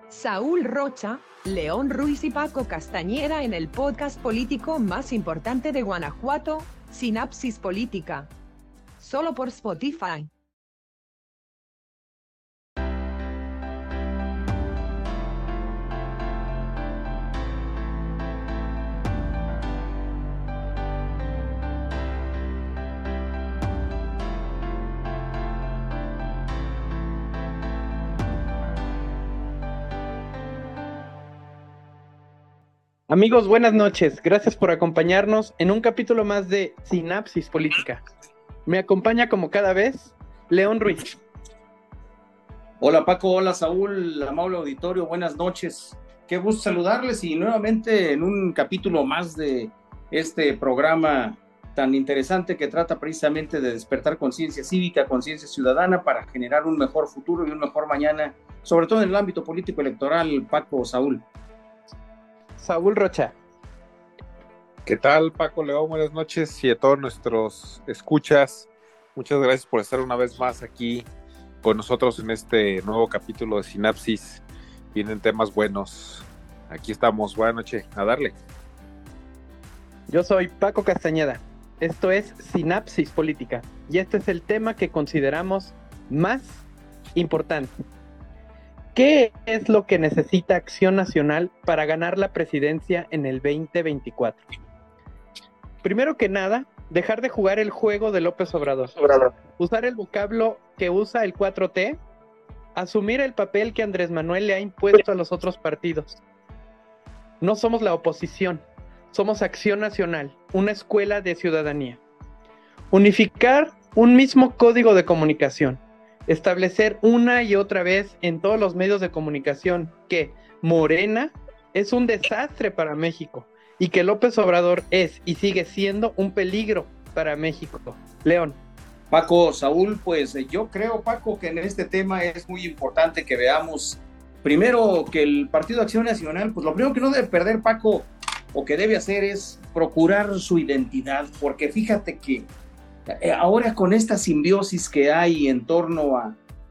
Saúl Rocha, León Ruiz y Paco Castañeda en el podcast político más importante de Guanajuato, Sinapsis Política. Solo por Spotify. Amigos, buenas noches. Gracias por acompañarnos en un capítulo más de Sinapsis Política. Me acompaña como cada vez León Ruiz. Hola Paco, hola Saúl, amable auditorio, buenas noches. Qué gusto saludarles y nuevamente en un capítulo más de este programa tan interesante que trata precisamente de despertar conciencia cívica, conciencia ciudadana para generar un mejor futuro y un mejor mañana, sobre todo en el ámbito político electoral. Paco, Saúl. Saúl Rocha. ¿Qué tal, Paco, León? Buenas noches y a todos nuestros escuchas. Muchas gracias por estar una vez más aquí con nosotros en este nuevo capítulo de Sinapsis. Vienen temas buenos. Aquí estamos. Buenas noches. A darle. Yo soy Paco Castañeda. Esto es Sinapsis Política y este es el tema que consideramos más importante. ¿Qué es lo que necesita Acción Nacional para ganar la presidencia en el 2024? Primero que nada, dejar de jugar el juego de López Obrador. Usar el vocablo que usa el 4T, asumir el papel que Andrés Manuel le ha impuesto a los otros partidos. No somos la oposición, somos Acción Nacional, una escuela de ciudadanía. Unificar un mismo código de comunicación. Establecer una y otra vez en todos los medios de comunicación que Morena es un desastre para México y que López Obrador es y sigue siendo un peligro para México. León. Paco, Saúl, pues yo creo, Paco, que en este tema es muy importante que veamos primero que el Partido Acción Nacional, pues lo primero que no debe perder, Paco, o que debe hacer es procurar su identidad, porque fíjate que ahora con esta simbiosis que hay en torno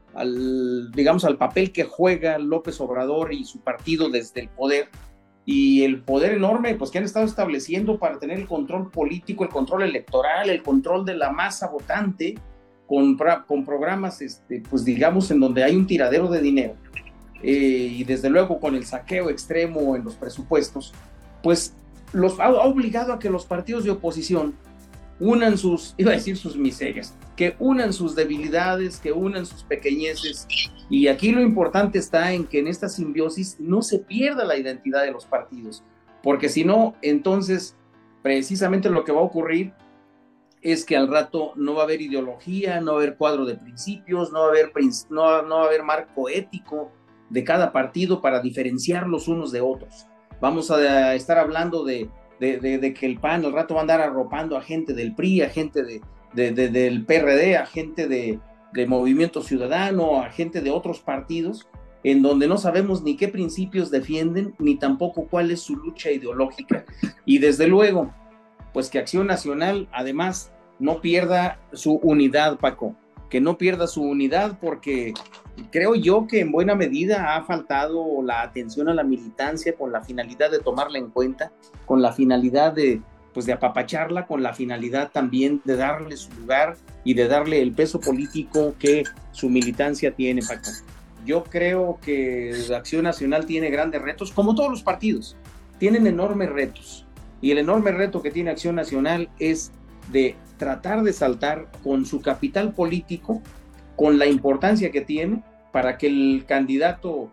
al papel que juega López Obrador y su partido desde el poder, y el poder enorme pues, que han estado estableciendo para tener el control político, el control electoral, el control de la masa votante, con programas, pues digamos, en donde hay un tiradero de dinero, y desde luego con el saqueo extremo en los presupuestos, pues los ha obligado a que los partidos de oposición unan sus miserias, que unan sus debilidades, que unan sus pequeñeces, y aquí lo importante está en que en esta simbiosis no se pierda la identidad de los partidos, porque si no, entonces precisamente lo que va a ocurrir es que al rato no va a haber ideología, no va a haber cuadro de principios, no va a haber marco ético de cada partido para diferenciar los unos de otros. Vamos a estar hablando de que el PAN al rato va a andar arropando a gente del PRI, a gente del PRD, a gente de Movimiento Ciudadano, a gente de otros partidos, en donde no sabemos ni qué principios defienden, ni tampoco cuál es su lucha ideológica. Y desde luego, pues que Acción Nacional, además, no pierda su unidad, Paco, que no pierda su unidad, porque creo yo que en buena medida ha faltado la atención a la militancia con la finalidad de tomarla en cuenta, con la finalidad de apapacharla, con la finalidad también de darle su lugar y de darle el peso político que su militancia tiene, Paco. Yo creo que Acción Nacional tiene grandes retos, como todos los partidos, tienen enormes retos, y el enorme reto que tiene Acción Nacional es de tratar de saltar con su capital político, con la importancia que tiene, para que el candidato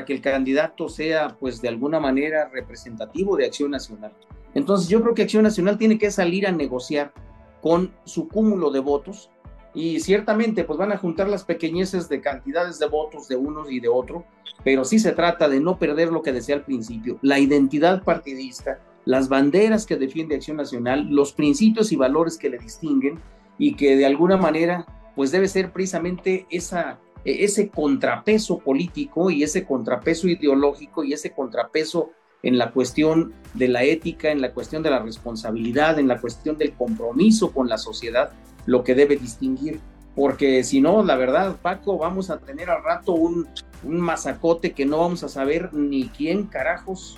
sea, pues, de alguna manera representativo de Acción Nacional. Entonces yo creo que Acción Nacional tiene que salir a negociar con su cúmulo de votos, y ciertamente pues van a juntar las pequeñeces de cantidades de votos de unos y de otros, pero sí se trata de no perder lo que decía al principio, la identidad partidista, las banderas que defiende Acción Nacional, los principios y valores que le distinguen, y que de alguna manera pues debe ser precisamente ese contrapeso político y ese contrapeso ideológico y ese contrapeso en la cuestión de la ética, en la cuestión de la responsabilidad, en la cuestión del compromiso con la sociedad, lo que debe distinguir, porque si no, la verdad, Paco, vamos a tener al rato un masacote que no vamos a saber ni quién carajos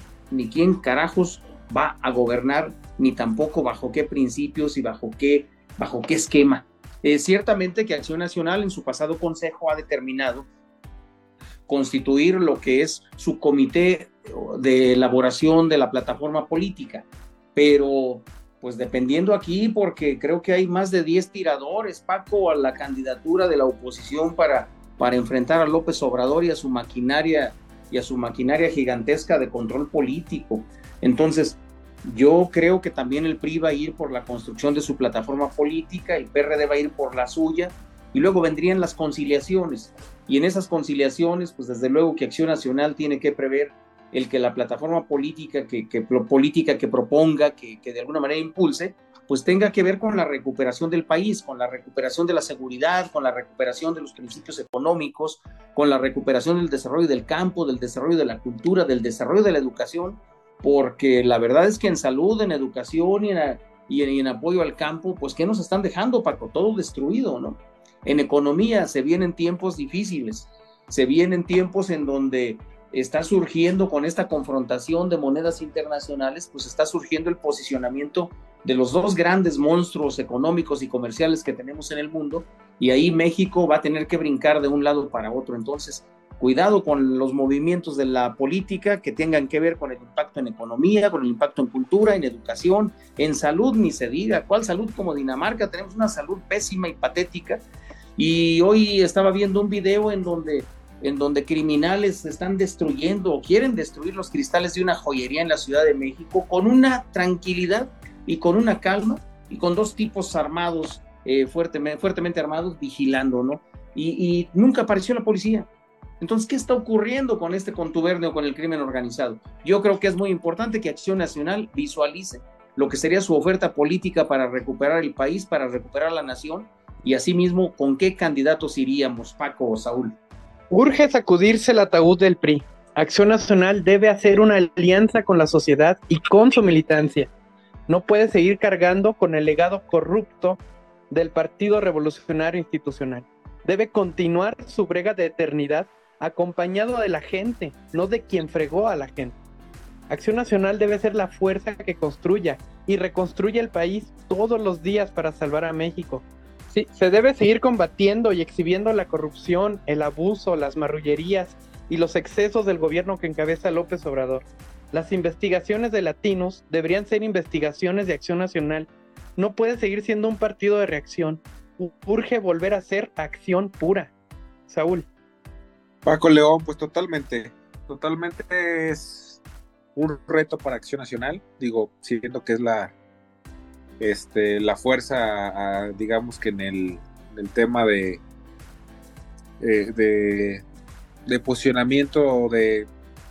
va a gobernar, ni tampoco bajo qué principios y bajo qué esquema. Ciertamente que Acción Nacional en su pasado consejo ha determinado constituir lo que es su comité de elaboración de la plataforma política, pero pues dependiendo aquí, porque creo que hay más de 10 tiradores, Paco, a la candidatura de la oposición para enfrentar a López Obrador y a su maquinaria gigantesca de control político. Entonces, yo creo que también el PRI va a ir por la construcción de su plataforma política, el PRD va a ir por la suya, y luego vendrían las conciliaciones. Y en esas conciliaciones, pues desde luego que Acción Nacional tiene que prever el que la plataforma política que proponga, que de alguna manera impulse, pues tenga que ver con la recuperación del país, con la recuperación de la seguridad, con la recuperación de los principios económicos, con la recuperación del desarrollo del campo, del desarrollo de la cultura, del desarrollo de la educación, porque la verdad es que en salud, en educación y en apoyo al campo, pues ¿qué nos están dejando, Paco? Todo destruido, ¿no? En economía se vienen tiempos difíciles, se vienen tiempos en donde está surgiendo con esta confrontación de monedas internacionales, pues está surgiendo el posicionamiento de los dos grandes monstruos económicos y comerciales que tenemos en el mundo, y ahí México va a tener que brincar de un lado para otro. Entonces, cuidado con los movimientos de la política que tengan que ver con el impacto en economía, con el impacto en cultura, en educación, en salud, ni se diga. ¿Cuál salud como Dinamarca? Tenemos una salud pésima y patética. Y hoy estaba viendo un video en donde criminales están destruyendo o quieren destruir los cristales de una joyería en la Ciudad de México con una tranquilidad y con una calma y con dos tipos armados, fuertemente armados, vigilando, ¿no? Y nunca apareció la policía. Entonces, ¿qué está ocurriendo con este contubernio con el crimen organizado? Yo creo que es muy importante que Acción Nacional visualice lo que sería su oferta política para recuperar el país, para recuperar la nación, y asimismo, ¿con qué candidatos iríamos, Paco o Saúl? Urge sacudirse el ataúd del PRI. Acción Nacional debe hacer una alianza con la sociedad y con su militancia. No puede seguir cargando con el legado corrupto del Partido Revolucionario Institucional. Debe continuar su brega de eternidad acompañado de la gente, no de quien fregó a la gente. Acción Nacional debe ser la fuerza que construya y reconstruya el país todos los días para salvar a México. Sí, se debe seguir combatiendo y exhibiendo la corrupción, el abuso, las marrullerías y los excesos del gobierno que encabeza López Obrador. Las investigaciones de Latinos deberían ser investigaciones de Acción Nacional. No puede seguir siendo un partido de reacción. Urge volver a ser acción pura. Saúl. Paco León, pues totalmente es un reto para Acción Nacional. Digo, siento que es la fuerza, digamos que en el tema de posicionamiento de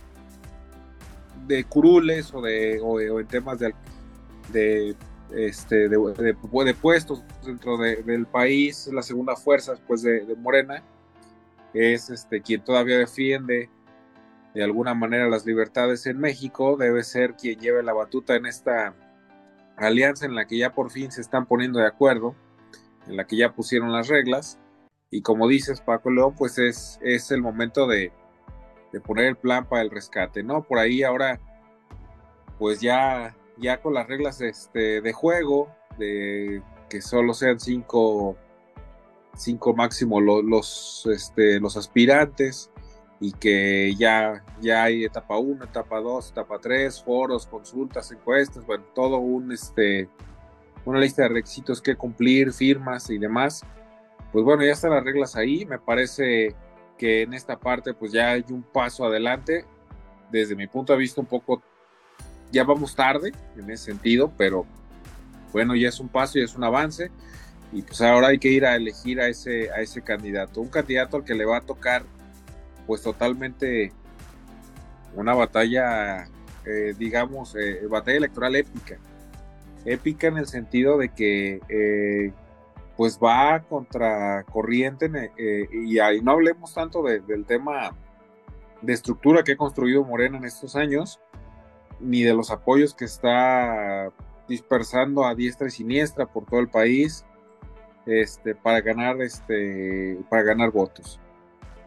curules o en temas de puestos dentro del país. La segunda fuerza después de Morena es quien todavía defiende de alguna manera las libertades en México. Debe ser quien lleve la batuta en esta alianza en la que ya por fin se están poniendo de acuerdo, en la que ya pusieron las reglas, y como dices, Paco León, pues es el momento de poner el plan para el rescate, ¿no? Por ahí ahora, pues ya con las reglas de juego, de que solo sean cinco máximo los aspirantes, y que ya hay etapa 1, etapa 2, etapa 3, foros, consultas, encuestas, bueno, todo una lista de requisitos que cumplir, firmas y demás. Pues bueno, ya están las reglas ahí. Me parece que en esta parte pues ya hay un paso adelante. Desde mi punto de vista un poco, ya vamos tarde en ese sentido, pero bueno, ya es un paso, ya es un avance, y pues ahora hay que ir a elegir a ese candidato, un candidato al que le va a tocar pues totalmente una batalla, batalla electoral épica en el sentido de que pues va contra corriente, y ahí no hablemos tanto del tema de estructura que ha construido Morena en estos años, ni de los apoyos que está dispersando a diestra y siniestra por todo el país para ganar votos.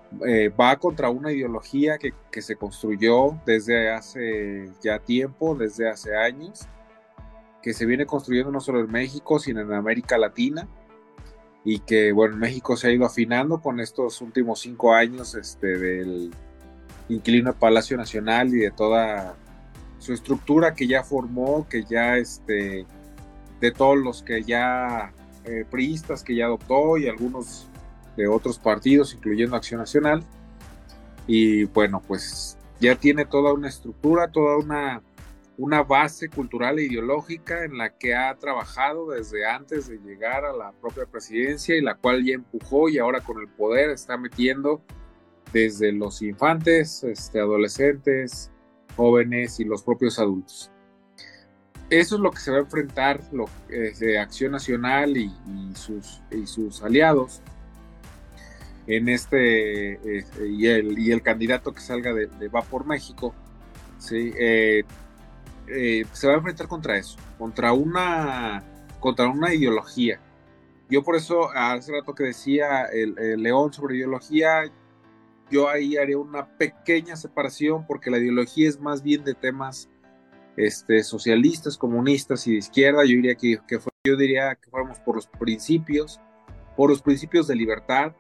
va contra una ideología que se construyó desde hace ya tiempo, desde hace años, que se viene construyendo no solo en México, sino en América Latina, y que, bueno, México se ha ido afinando con estos últimos 5 años del inquilino de Palacio Nacional y de toda su estructura que ya formó, que ya de todos los que ya priistas que ya adoptó y algunos de otros partidos, incluyendo Acción Nacional. Y bueno, pues ya tiene toda una estructura, toda una base cultural e ideológica en la que ha trabajado desde antes de llegar a la propia presidencia, y la cual ya empujó, y ahora con el poder está metiendo desde los infantes, adolescentes, jóvenes y los propios adultos. Eso es lo que se va a enfrentar Acción Nacional y sus aliados en y el candidato que salga de Va por México, ¿sí? Se va a enfrentar contra eso, contra una ideología. Yo por eso hace rato que decía el León sobre ideología, yo ahí haría una pequeña separación, porque la ideología es más bien de temas socialistas, comunistas y de izquierda. Yo diría que fuéramos por los principios de libertad,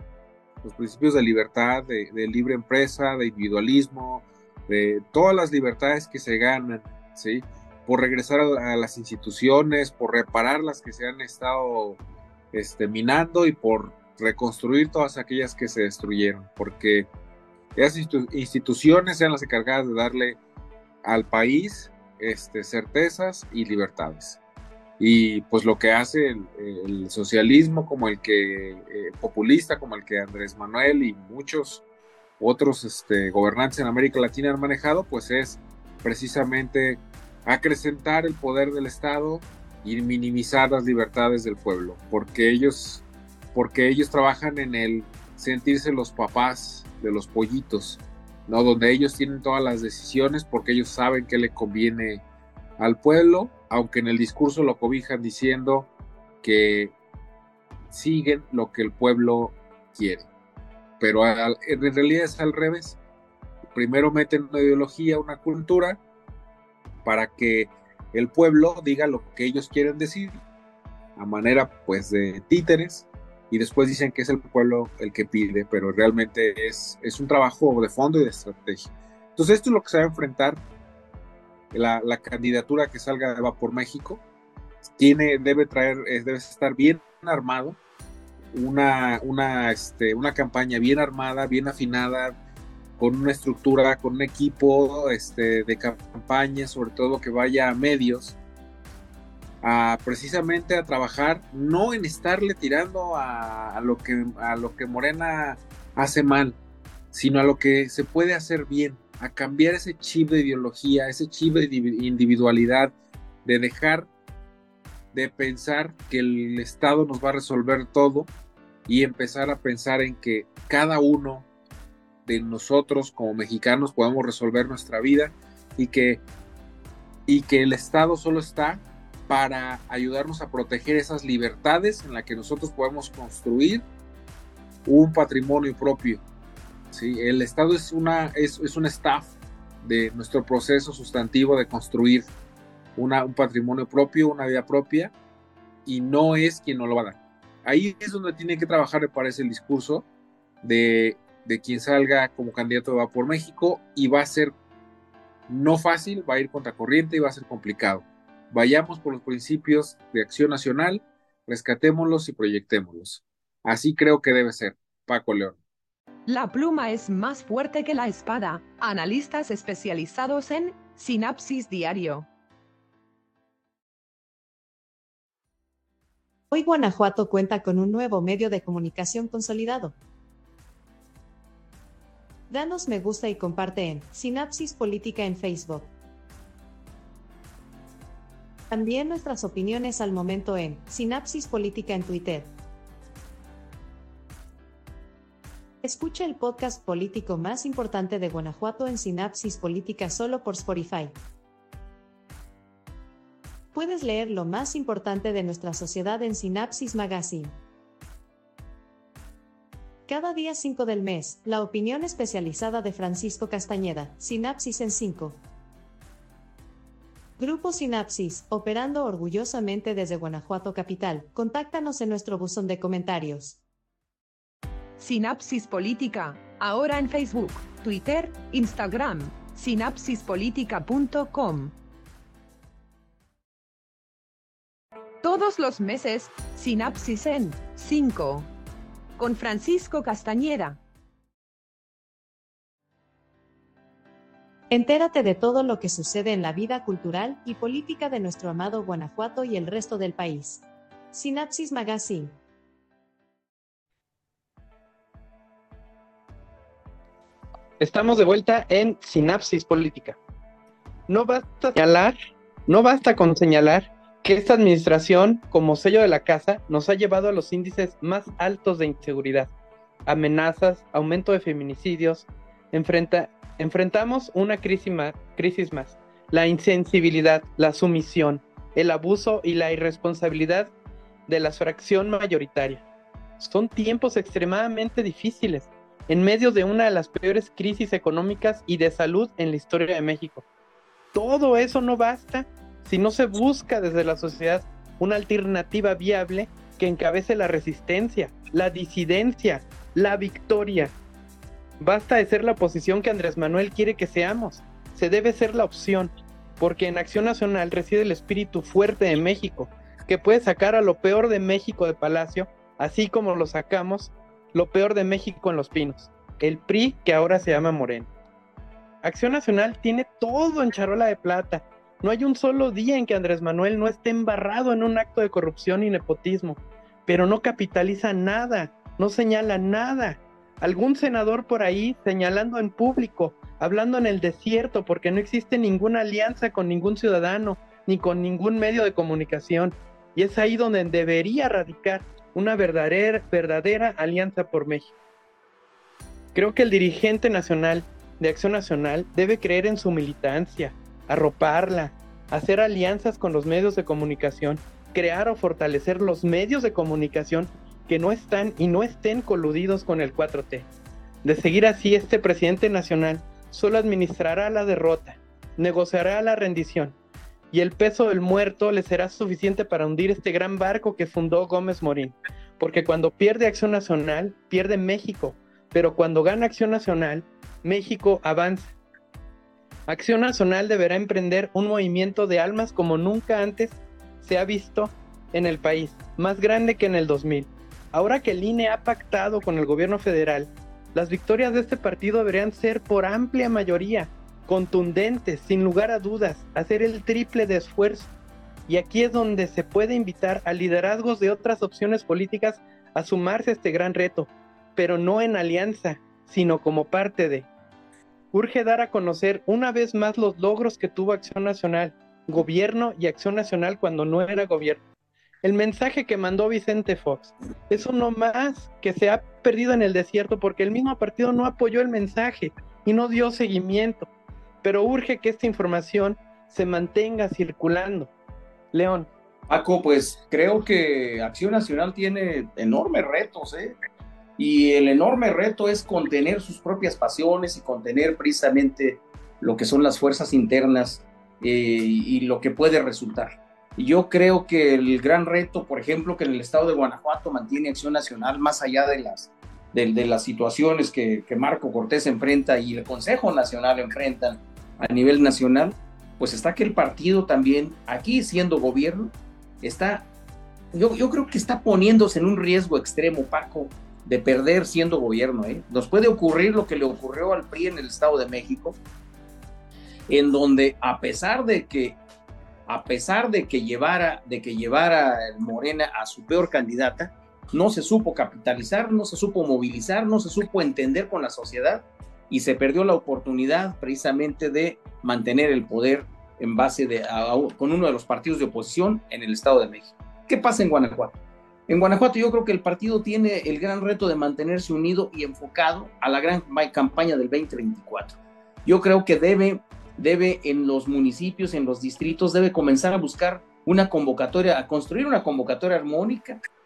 de libre empresa, de individualismo, de todas las libertades que se ganan, ¿sí? Por regresar a las instituciones, por reparar las que se han estado minando, y por reconstruir todas aquellas que se destruyeron, porque esas instituciones sean las encargadas de darle al país certezas y libertades. Y pues lo que hace el socialismo, como el que populista, como el que Andrés Manuel y muchos otros gobernantes en América Latina han manejado, pues es precisamente acrecentar el poder del Estado y minimizar las libertades del pueblo, porque ellos trabajan en el sentirse los papás de los pollitos, ¿no? Donde ellos tienen todas las decisiones, porque ellos saben qué le conviene al pueblo, aunque en el discurso lo cobijan diciendo que siguen lo que el pueblo quiere. Pero en realidad es al revés. Primero meten una ideología, una cultura, para que el pueblo diga lo que ellos quieren decir, a manera pues de títeres, y después dicen que es el pueblo el que pide, pero realmente es un trabajo de fondo y de estrategia. Entonces esto es lo que se va a enfrentar la candidatura que salga de Va por México. Debe estar bien armado, una campaña bien armada, bien afinada, con una estructura, con un equipo de campaña, sobre todo que vaya a medios, precisamente a trabajar, no en estarle tirando a lo que Morena hace mal, sino a lo que se puede hacer bien, a cambiar ese chip de ideología, ese chip de individualidad, de dejar de pensar que el Estado nos va a resolver todo, y empezar a pensar en que cada uno de nosotros como mexicanos podemos resolver nuestra vida, y que el Estado solo está para ayudarnos a proteger esas libertades en las que nosotros podemos construir un patrimonio propio, ¿sí? El Estado es un staff de nuestro proceso sustantivo de construir un patrimonio propio, una vida propia, y no es quien nos lo va a dar. Ahí es donde tiene que trabajar, me parece, el discurso de quien salga como candidato de Va por México, y va a ser no fácil, va a ir contracorriente y va a ser complicado. Vayamos por los principios de Acción Nacional, rescatémoslos y proyectémoslos. Así creo que debe ser. Paco León. La pluma es más fuerte que la espada. Analistas especializados en Sinapsis Diario. Hoy Guanajuato cuenta con un nuevo medio de comunicación consolidado. Danos me gusta y comparte en Sinapsis Política en Facebook. También nuestras opiniones al momento en Sinapsis Política en Twitter. Escucha el podcast político más importante de Guanajuato en Sinapsis Política solo por Spotify. Puedes leer lo más importante de nuestra sociedad en Sinapsis Magazine. Cada día 5 del mes, la opinión especializada de Francisco Castañeda, Sinapsis en 5. Grupo Sinapsis, operando orgullosamente desde Guanajuato capital. Contáctanos en nuestro buzón de comentarios. Sinapsis Política, ahora en Facebook, Twitter, Instagram, sinapsispolitica.com. Todos los meses, Sinapsis en 5. Con Francisco Castañeda. Entérate de todo lo que sucede en la vida cultural y política de nuestro amado Guanajuato y el resto del país. Sinapsis Magazine. Estamos de vuelta en Sinapsis Política. No basta con señalar que esta administración, como sello de la casa, nos ha llevado a los índices más altos de inseguridad, amenazas, aumento de feminicidios. Enfrentamos una crisis más, la insensibilidad, la sumisión, el abuso y la irresponsabilidad de la fracción mayoritaria. Son tiempos extremadamente difíciles, en medio de una de las peores crisis económicas y de salud en la historia de México. Todo eso no basta si no se busca desde la sociedad una alternativa viable que encabece la resistencia, la disidencia, la victoria. Basta de ser la oposición que Andrés Manuel quiere que seamos. Se debe ser la opción, porque en Acción Nacional reside el espíritu fuerte de México, que puede sacar a lo peor de México de Palacio, así como lo sacamos lo peor de México en Los Pinos, el PRI que ahora se llama Morena. Acción Nacional tiene todo en charola de plata. No hay un solo día en que Andrés Manuel no esté embarrado en un acto de corrupción y nepotismo, pero no capitaliza nada, no señala nada. Algún senador por ahí señalando en público, hablando en el desierto, porque no existe ninguna alianza con ningún ciudadano, ni con ningún medio de comunicación. Y es ahí donde debería radicar una verdadera alianza por México. Creo que el dirigente nacional de Acción Nacional debe creer en su militancia, arroparla, hacer alianzas con los medios de comunicación, crear o fortalecer los medios de comunicación que no están y no estén coludidos con el 4T. De seguir así, este presidente nacional solo administrará la derrota, negociará la rendición, y el peso del muerto le será suficiente para hundir este gran barco que fundó Gómez Morín, porque cuando pierde Acción Nacional, pierde México, pero cuando gana Acción Nacional, México avanza. Acción Nacional deberá emprender un movimiento de almas como nunca antes se ha visto en el país, más grande que en el 2000. Ahora que el INE ha pactado con el gobierno federal, las victorias de este partido deberían ser por amplia mayoría, contundentes, sin lugar a dudas, hacer el triple de esfuerzo. Y aquí es donde se puede invitar a liderazgos de otras opciones políticas a sumarse a este gran reto, pero no en alianza, sino como parte de. Urge dar a conocer una vez más los logros que tuvo Acción Nacional, gobierno y Acción Nacional cuando no era gobierno. El mensaje que mandó Vicente Fox es uno más que se ha perdido en el desierto porque el mismo partido no apoyó el mensaje y no dio seguimiento. Pero urge que esta información se mantenga circulando. León. Paco, pues creo que Acción Nacional tiene enormes retos, y el enorme reto es contener sus propias pasiones y contener precisamente lo que son las fuerzas internas y lo que puede resultar. Y yo creo que el gran reto, por ejemplo, que en el estado de Guanajuato mantiene Acción Nacional, más allá de las situaciones que Marco Cortés enfrenta y el Consejo Nacional enfrentan a nivel nacional, pues está que el partido también, aquí siendo gobierno, yo creo que está poniéndose en un riesgo extremo, Paco, de perder siendo gobierno. Nos puede ocurrir lo que le ocurrió al PRI en el Estado de México, en donde a pesar de que llevara Morena a su peor candidata, no se supo capitalizar, no se supo movilizar, no se supo entender con la sociedad y se perdió la oportunidad precisamente de mantener el poder en base con uno de los partidos de oposición en el Estado de México. ¿Qué pasa en Guanajuato? En Guanajuato yo creo que el partido tiene el gran reto de mantenerse unido y enfocado a la gran campaña del 2024. Yo creo que debe en los municipios, en los distritos, debe comenzar a buscar una convocatoria, a construir una convocatoria armónica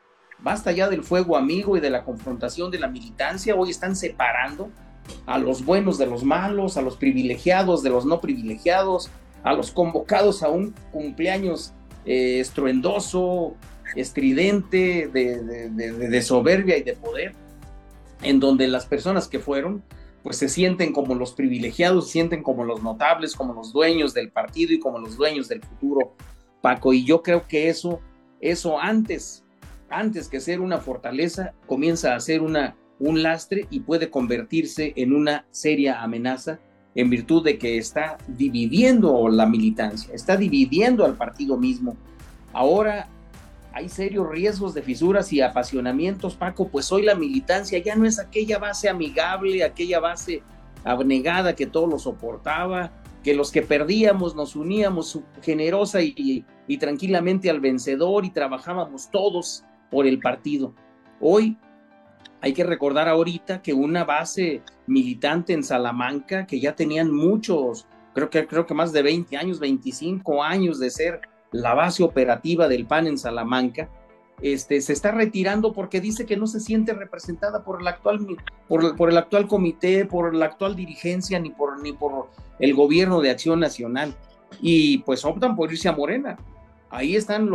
basta ya del fuego amigo y de la confrontación de la militancia. Hoy están separando a los buenos de los malos, a los privilegiados de los no privilegiados, a los convocados a un cumpleaños estruendoso, estridente, de soberbia y de poder, en donde las personas que fueron, pues se sienten como los privilegiados, se sienten como los notables, como los dueños del partido y como los dueños del futuro, Paco. Y yo creo que eso antes que ser una fortaleza, comienza a ser un lastre y puede convertirse en una seria amenaza, en virtud de que está dividiendo la militancia, está dividiendo al partido mismo. Ahora hay serios riesgos de fisuras y apasionamientos, Paco, pues hoy la militancia ya no es aquella base amigable, aquella base abnegada que todo lo soportaba, que los que perdíamos nos uníamos generosa y tranquilamente al vencedor y trabajábamos todos por el partido. Hoy hay que recordar ahorita que una base militante en Salamanca, que ya tenían muchos, creo que más de 20 años, 25 años de ser la base operativa del PAN en Salamanca, se está retirando porque dice que no se siente representada por el actual comité, por la actual dirigencia, ni por el gobierno de Acción Nacional. Y pues optan por irse a Morena. Ahí están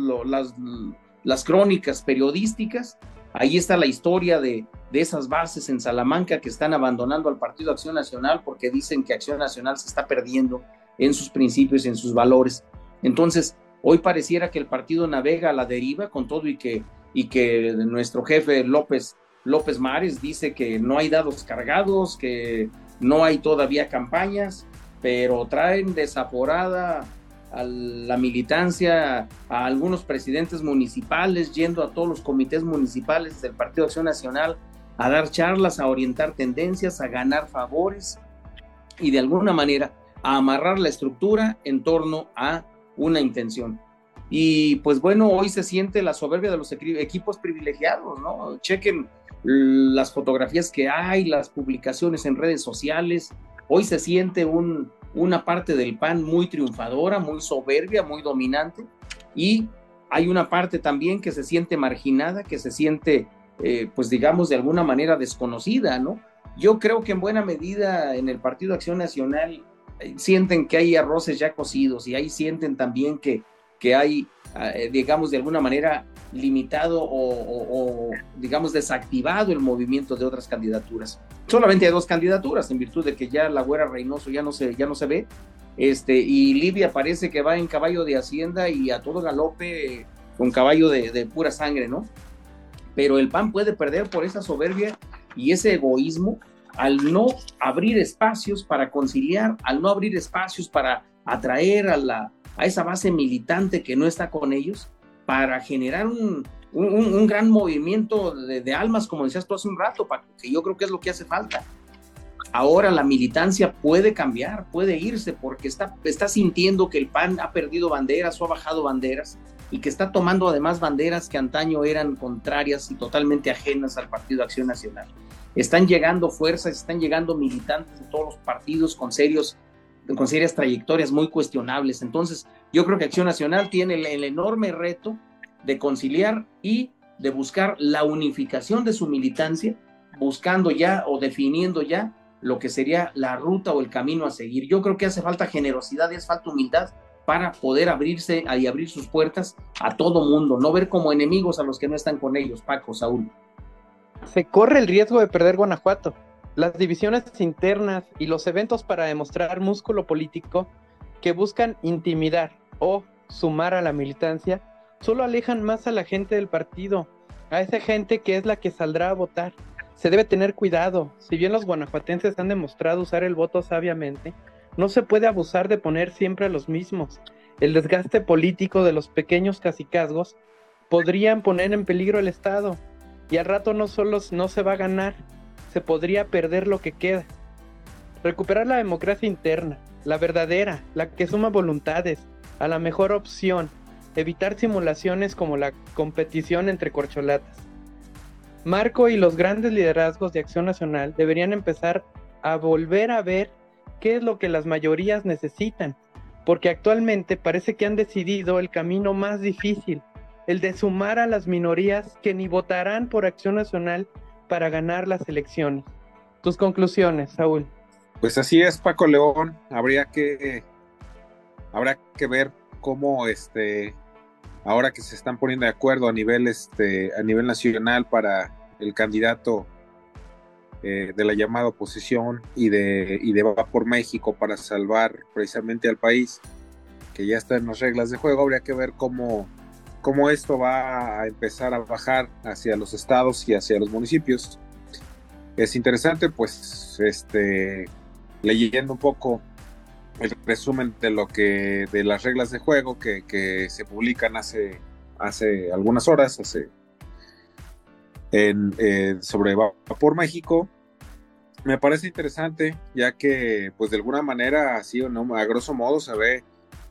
las crónicas periodísticas. Ahí está la historia de esas bases en Salamanca que están abandonando al Partido Acción Nacional porque dicen que Acción Nacional se está perdiendo en sus principios y en sus valores. Entonces, hoy pareciera que el partido navega a la deriva con todo y que nuestro jefe López Mares dice que no hay dados cargados, que no hay todavía campañas, pero traen desaforada a la militancia, a algunos presidentes municipales, yendo a todos los comités municipales del Partido Acción Nacional a dar charlas, a orientar tendencias, a ganar favores y de alguna manera a amarrar la estructura en torno a una intención. Y pues bueno, hoy se siente la soberbia de los equipos privilegiados, ¿no? Chequen las fotografías que hay, las publicaciones en redes sociales. Hoy se siente una parte del PAN muy triunfadora, muy soberbia, muy dominante, y hay una parte también que se siente marginada, que se siente, pues digamos, de alguna manera desconocida, ¿no? Yo creo que en buena medida en el Partido Acción Nacional sienten que hay arroces ya cocidos, y ahí sienten también que hay, digamos, de alguna manera limitado o digamos desactivado el movimiento de otras candidaturas. Solamente hay 2 candidaturas en virtud de que ya la Güera Reynoso ya no se ve, y Livia parece que va en caballo de Hacienda y a todo galope con caballo de pura sangre, ¿no? Pero el PAN puede perder por esa soberbia y ese egoísmo al no abrir espacios para conciliar, al no abrir espacios para atraer a esa base militante que no está con ellos, para generar un gran movimiento de almas, como decías tú hace un rato, Paco, que yo creo que es lo que hace falta. Ahora la militancia puede cambiar, puede irse, porque está sintiendo que el PAN ha perdido banderas o ha bajado banderas, y que está tomando además banderas que antaño eran contrarias y totalmente ajenas al Partido Acción Nacional. Están llegando fuerzas, están llegando militantes de todos los partidos con serias trayectorias muy cuestionables. Entonces, yo creo que Acción Nacional tiene el enorme reto de conciliar y de buscar la unificación de su militancia, buscando ya o definiendo ya lo que sería la ruta o el camino a seguir. Yo creo que hace falta generosidad y hace falta humildad para poder abrirse y abrir sus puertas a todo mundo, no ver como enemigos a los que no están con ellos, Paco, Saúl. Se corre el riesgo de perder Guanajuato. Las divisiones internas y los eventos para demostrar músculo político que buscan intimidar o sumar a la militancia solo alejan más a la gente del partido, a esa gente que es la que saldrá a votar. Se debe tener cuidado. Si bien los guanajuatenses han demostrado usar el voto sabiamente, no se puede abusar de poner siempre a los mismos. El desgaste político de los pequeños cacicazgos podrían poner en peligro el Estado, y al rato no solo no se va a ganar, se podría perder lo que queda. Recuperar la democracia interna, la verdadera, la que suma voluntades, a la mejor opción. Evitar simulaciones como la competición entre corcholatas. Marco y los grandes liderazgos de Acción Nacional deberían empezar a volver a ver qué es lo que las mayorías necesitan, porque actualmente parece que han decidido el camino más difícil, el de sumar a las minorías que ni votarán por Acción Nacional para ganar las elecciones. Tus conclusiones, Saúl. Pues así es, Paco León. Habrá que ver cómo ahora que se están poniendo de acuerdo a nivel nacional para el candidato de la llamada oposición y de Va por México para salvar precisamente al país, que ya está en las reglas de juego. Habría que ver cómo esto va a empezar a bajar hacia los estados y hacia los municipios. Es interesante, pues, leyendo un poco el resumen de las reglas de juego que se publican hace algunas horas, sobre Va por México. Me parece interesante, ya que, pues, de alguna manera, así o no, a grosso modo, se ve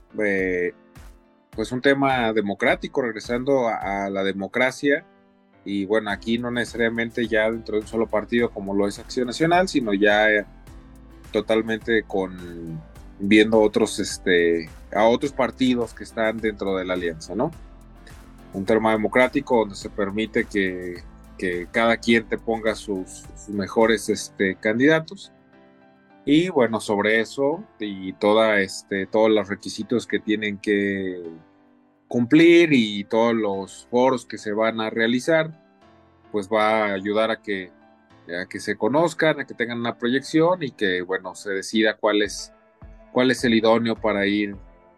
pues un tema democrático, regresando a la democracia. Y bueno, aquí no necesariamente ya dentro de un solo partido como lo es Acción Nacional, sino ya totalmente viendo a otros partidos que están dentro de la alianza, ¿no? Un tema democrático donde se permite que cada quien te ponga sus mejores candidatos. Y bueno, sobre eso y todos los requisitos que tienen que cumplir y todos los foros que se van a realizar, pues va a ayudar a que se conozcan, a que tengan una proyección y que, bueno, se decida cuál es el idóneo para ir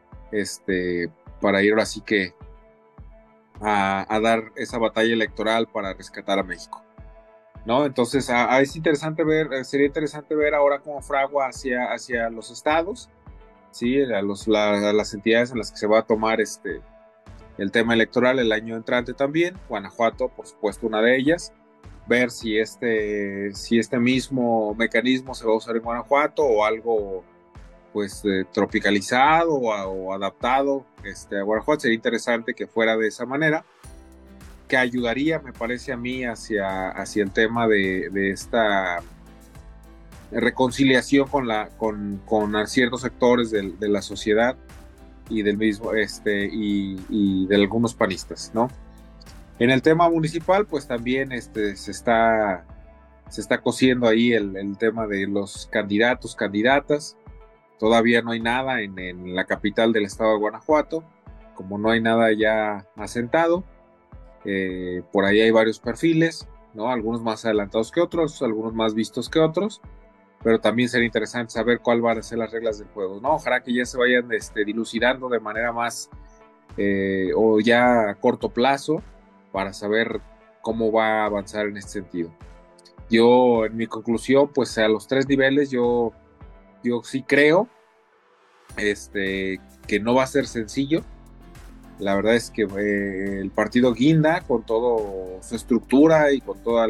ahora sí que a dar esa batalla electoral para rescatar a México, ¿no? Entonces es interesante sería interesante ver ahora cómo fragua hacia los estados, ¿sí? A las entidades en las que se va a tomar el tema electoral el año entrante también. Guanajuato, por supuesto, una de ellas. Ver si este mismo mecanismo se va a usar en Guanajuato o algo, pues, tropicalizado o adaptado a Guanajuato. Sería interesante que fuera de esa manera, que ayudaría, me parece a mí, hacia el tema de esta reconciliación con ciertos sectores de la sociedad y del mismo y de algunos panistas, ¿no? En el tema municipal, pues también se está cosiendo ahí el tema de los candidatos, candidatas. Todavía no hay nada en la capital del estado de Guanajuato, como no hay nada ya asentado. Por ahí hay varios perfiles, ¿no? Algunos más adelantados que otros, algunos más vistos que otros, pero también sería interesante saber cuáles van a ser las reglas del juego, ¿no? Ojalá que ya se vayan dilucidando de manera más o ya a corto plazo, para saber cómo va a avanzar en este sentido. Yo, en mi conclusión, pues a los 3 niveles, yo sí creo que no va a ser sencillo. La verdad es que el partido guinda con toda su estructura y con todo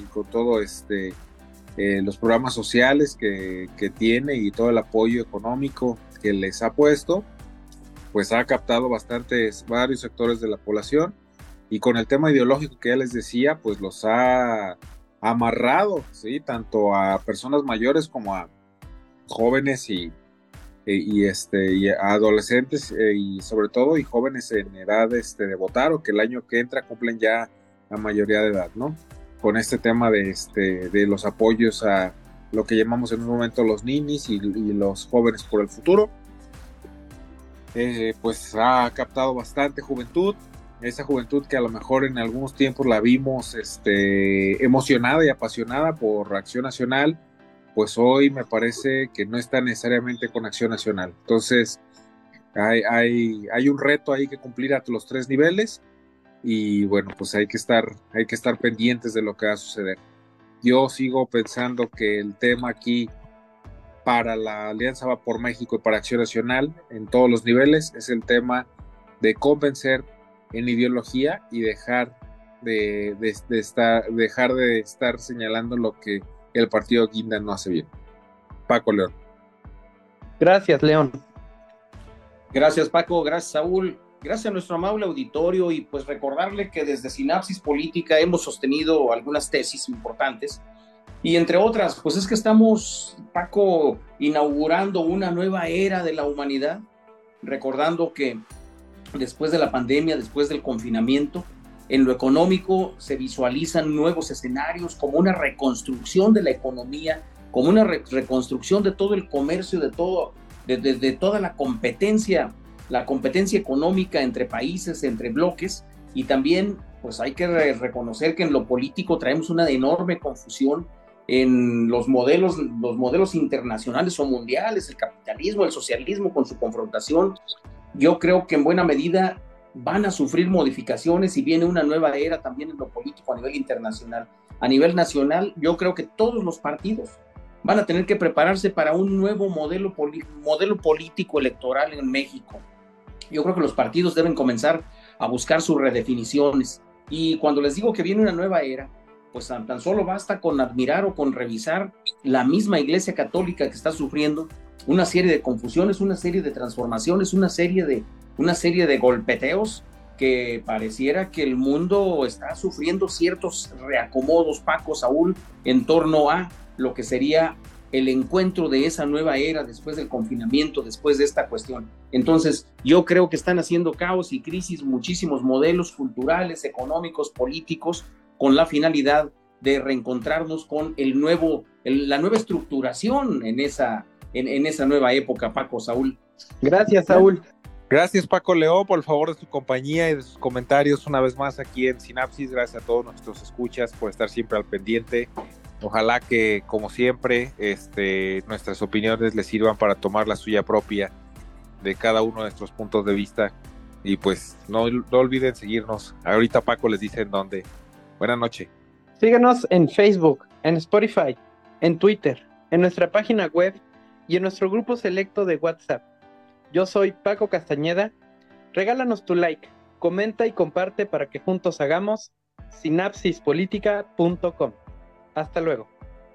los programas sociales que tiene y todo el apoyo económico que les ha puesto, pues ha captado varios sectores de la población, y con el tema ideológico que ya les decía, pues los ha amarrado, ¿sí? Tanto a personas mayores como a jóvenes y a adolescentes y sobre todo y jóvenes en edad de votar, o que el año que entra cumplen ya la mayoría de edad, ¿no? Con este tema de los apoyos a lo que llamamos en un momento los ninis y los jóvenes por el futuro, pues ha captado bastante juventud, esa juventud que a lo mejor en algunos tiempos la vimos emocionada y apasionada por Acción Nacional, pues hoy me parece que no está necesariamente con Acción Nacional. Entonces hay un reto ahí que cumplir a los 3 niveles, y bueno, pues hay que estar pendientes de lo que va a suceder. Yo sigo pensando que el tema aquí para la Alianza Va por México y para Acción Nacional en todos los niveles es el tema de convencer en ideología y dejar de estar señalando lo que el partido guinda no hace bien. Paco León. Gracias, León. Gracias, Paco. Gracias, Saúl. Gracias a nuestro amable auditorio, y pues recordarle que desde Sinapsis Política hemos sostenido algunas tesis importantes, y entre otras, pues es que estamos, Paco, inaugurando una nueva era de la humanidad, recordando que después de la pandemia, después del confinamiento. En lo económico se visualizan nuevos escenarios como una reconstrucción de la economía, como una reconstrucción de todo el comercio, de toda la competencia económica entre países, entre bloques, y también pues hay que reconocer que en lo político traemos una enorme confusión en los modelos internacionales o mundiales, el capitalismo, el socialismo con su confrontación. Yo creo que en buena medida van a sufrir modificaciones y viene una nueva era también en lo político a nivel internacional. A nivel nacional, yo creo que todos los partidos van a tener que prepararse para un nuevo modelo político electoral en México. Yo creo que los partidos deben comenzar a buscar sus redefiniciones. Y cuando les digo que viene una nueva era, pues tan solo basta con admirar o con revisar la misma Iglesia Católica que está sufriendo una serie de confusiones, una serie de transformaciones, una serie de golpeteos que pareciera que el mundo está sufriendo ciertos reacomodos, Paco, Saúl, en torno a lo que sería el encuentro de esa nueva era después del confinamiento, después de esta cuestión. Entonces, yo creo que están haciendo caos y crisis muchísimos modelos culturales, económicos, políticos, con la finalidad de reencontrarnos con la nueva estructuración en esa nueva época, Paco, Saúl. Gracias, Saúl. Gracias, Paco León, por el favor de su compañía y de sus comentarios una vez más aquí en Sinapsis. Gracias a todos nuestros escuchas por estar siempre al pendiente. Ojalá que, como siempre, nuestras opiniones les sirvan para tomar la suya propia de cada uno de nuestros puntos de vista. Y pues no olviden seguirnos. Ahorita Paco les dice en dónde. Buenas noches. Síguenos en Facebook, en Spotify, en Twitter, en nuestra página web y en nuestro grupo selecto de WhatsApp. Yo soy Paco Castañeda. Regálanos tu like, comenta y comparte para que juntos hagamos sinapsispolitica.com. Hasta luego.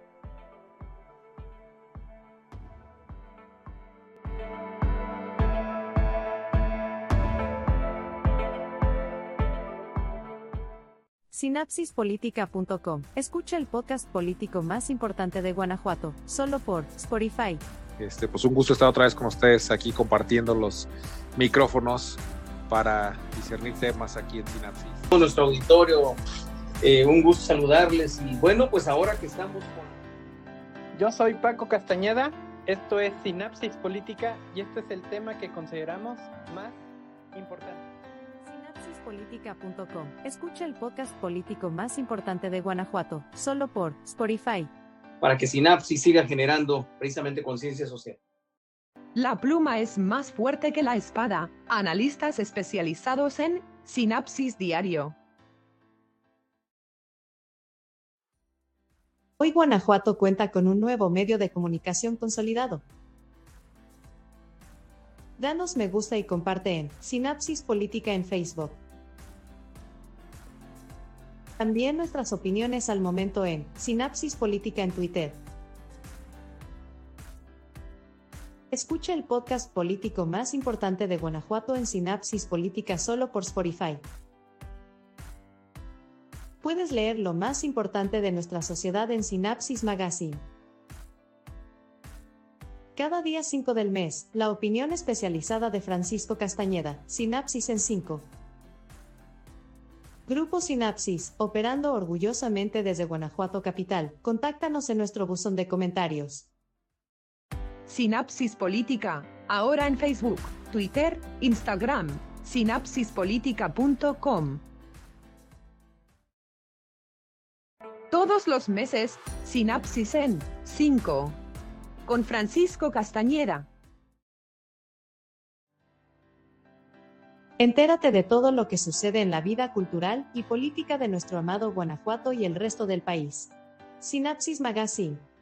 Sinapsispolitica.com. Escucha el podcast político más importante de Guanajuato, solo por Spotify. Pues un gusto estar otra vez con ustedes aquí compartiendo los micrófonos para discernir temas aquí en Sinapsis. Nuestro auditorio, un gusto saludarles y bueno, pues ahora que estamos con... Yo soy Paco Castañeda, esto es Sinapsis Política y este es el tema que consideramos más importante. Sinapsispolitica.com. Escucha el podcast político más importante de Guanajuato, solo por Spotify. Para que Sinapsis siga generando precisamente conciencia social. La pluma es más fuerte que la espada. Analistas especializados en Sinapsis Diario. Hoy Guanajuato cuenta con un nuevo medio de comunicación consolidado. Danos me gusta y comparte en Sinapsis Política en Facebook. También nuestras opiniones al momento en Sinapsis Política en Twitter. Escucha el podcast político más importante de Guanajuato en Sinapsis Política solo por Spotify. Puedes leer lo más importante de nuestra sociedad en Sinapsis Magazine. Cada día 5 del mes, la opinión especializada de Francisco Castañeda, Sinapsis en 5. Grupo Sinapsis, operando orgullosamente desde Guanajuato Capital. Contáctanos en nuestro buzón de comentarios. Sinapsis Política, ahora en Facebook, Twitter, Instagram, sinapsispolitica.com. Todos los meses, Sinapsis en 5. Con Francisco Castañeda. Entérate de todo lo que sucede en la vida cultural y política de nuestro amado Guanajuato y el resto del país. Sinapsis Magazine.